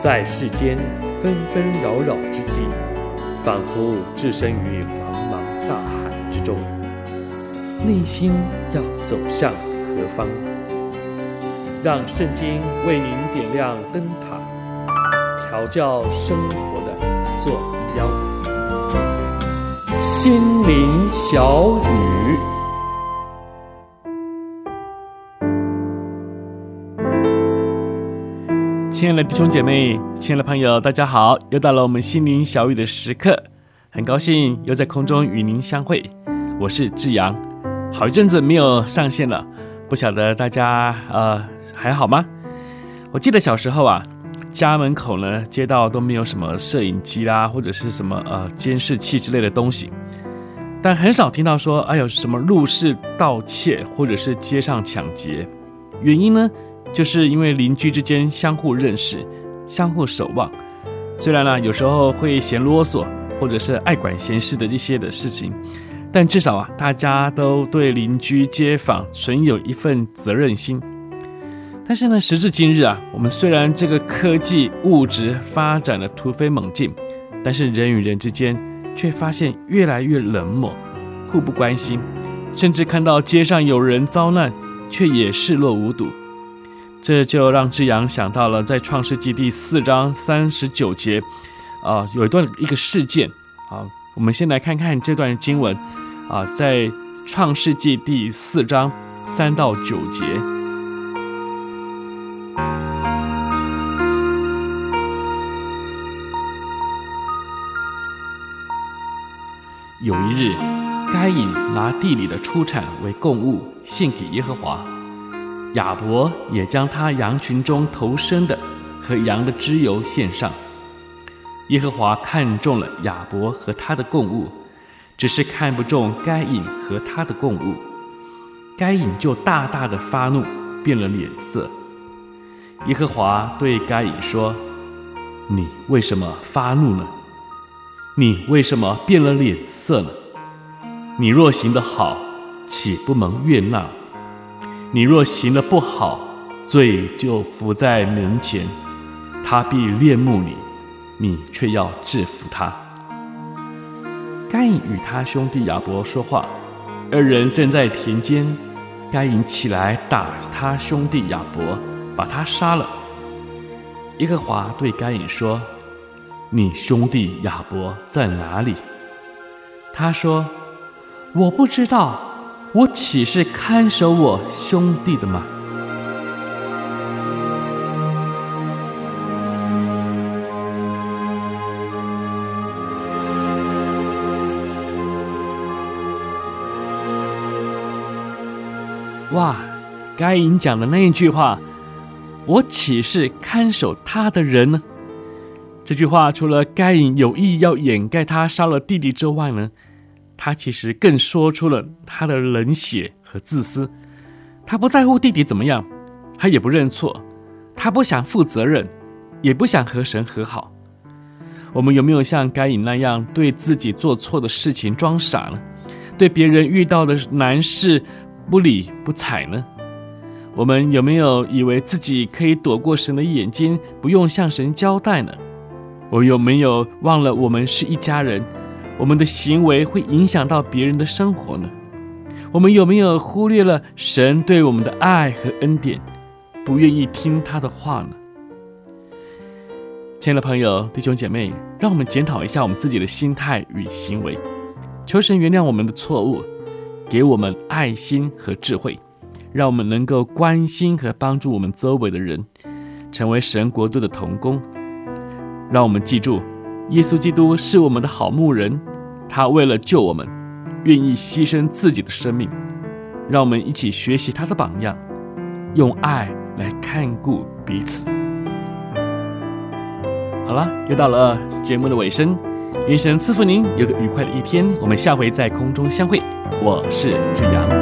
在世间纷纷扰扰之际，仿佛置身于茫茫大海之中，内心要走向何方？让圣经为您点亮灯塔，调教生活的坐标。心灵小语， 亲爱的弟兄姐妹，亲爱的朋友，大家好！又到了我们心灵小语的时刻，很高兴又在空中与您相会。我是志阳，好一阵子没有上线了，不晓得大家还好吗？我记得小时候家门口呢，街道都没有什么摄影机啦，或者是什么监视器之类的东西，但很少听到说有什么入室盗窃或者是街上抢劫。原因呢，就是因为邻居之间相互认识，相互守望。虽然有时候会嫌啰嗦，或者是爱管闲事的这些的事情，但至少大家都对邻居街坊存有一份责任心。但是呢，时至今日我们虽然这个科技物质发展的突飞猛进，但是人与人之间却发现越来越冷漠，互不关心，甚至看到街上有人遭难，却也视若无睹。这就让志阳想到了在创世纪第4章39节有一个事件。我们先来看看这段经文在创世纪第4章3到9节。有一日，该隐拿地里的出产为供物献给耶和华，亚伯也将他羊群中头生的和羊的脂油献上。耶和华看中了亚伯和他的供物，只是看不中该隐和他的供物。该隐就大大的发怒，变了脸色。耶和华对该隐说：你为什么发怒呢？你为什么变了脸色呢？你若行得好，岂不蒙悦纳？你若行得不好，罪就伏在门前，他必恋慕你，你却要制服他。该隐与他兄弟亚伯说话，二人正在田间。该隐起来打他兄弟亚伯，把他杀了。耶和华对该隐说：你兄弟亚伯在哪里？他说：我不知道，我岂是看守我兄弟的吗？哇，该隐讲的那一句话，我岂是看守他的人呢？这句话除了该隐有意要掩盖他杀了弟弟之外呢，他其实更说出了他的冷血和自私。他不在乎弟弟怎么样，他也不认错，他不想负责任，也不想和神和好。我们有没有像该隐那样对自己做错的事情装傻呢？对别人遇到的难事不理不睬呢？我们有没有以为自己可以躲过神的眼睛，不用向神交代呢？我有没有忘了我们是一家人，我们的行为会影响到别人的生活呢？我们有没有忽略了神对我们的爱和恩典，不愿意听他的话呢？亲爱的朋友弟兄姐妹，让我们检讨一下我们自己的心态与行为，求神原谅我们的错误，给我们爱心和智慧，让我们能够关心和帮助我们周围的人，成为神国度的同工。让我们记住，耶稣基督是我们的好牧人，他为了救我们，愿意牺牲自己的生命。让我们一起学习他的榜样，用爱来看顾彼此。好了，又到了节目的尾声，愿神赐福您有个愉快的一天。我们下回在空中相会，我是志阳。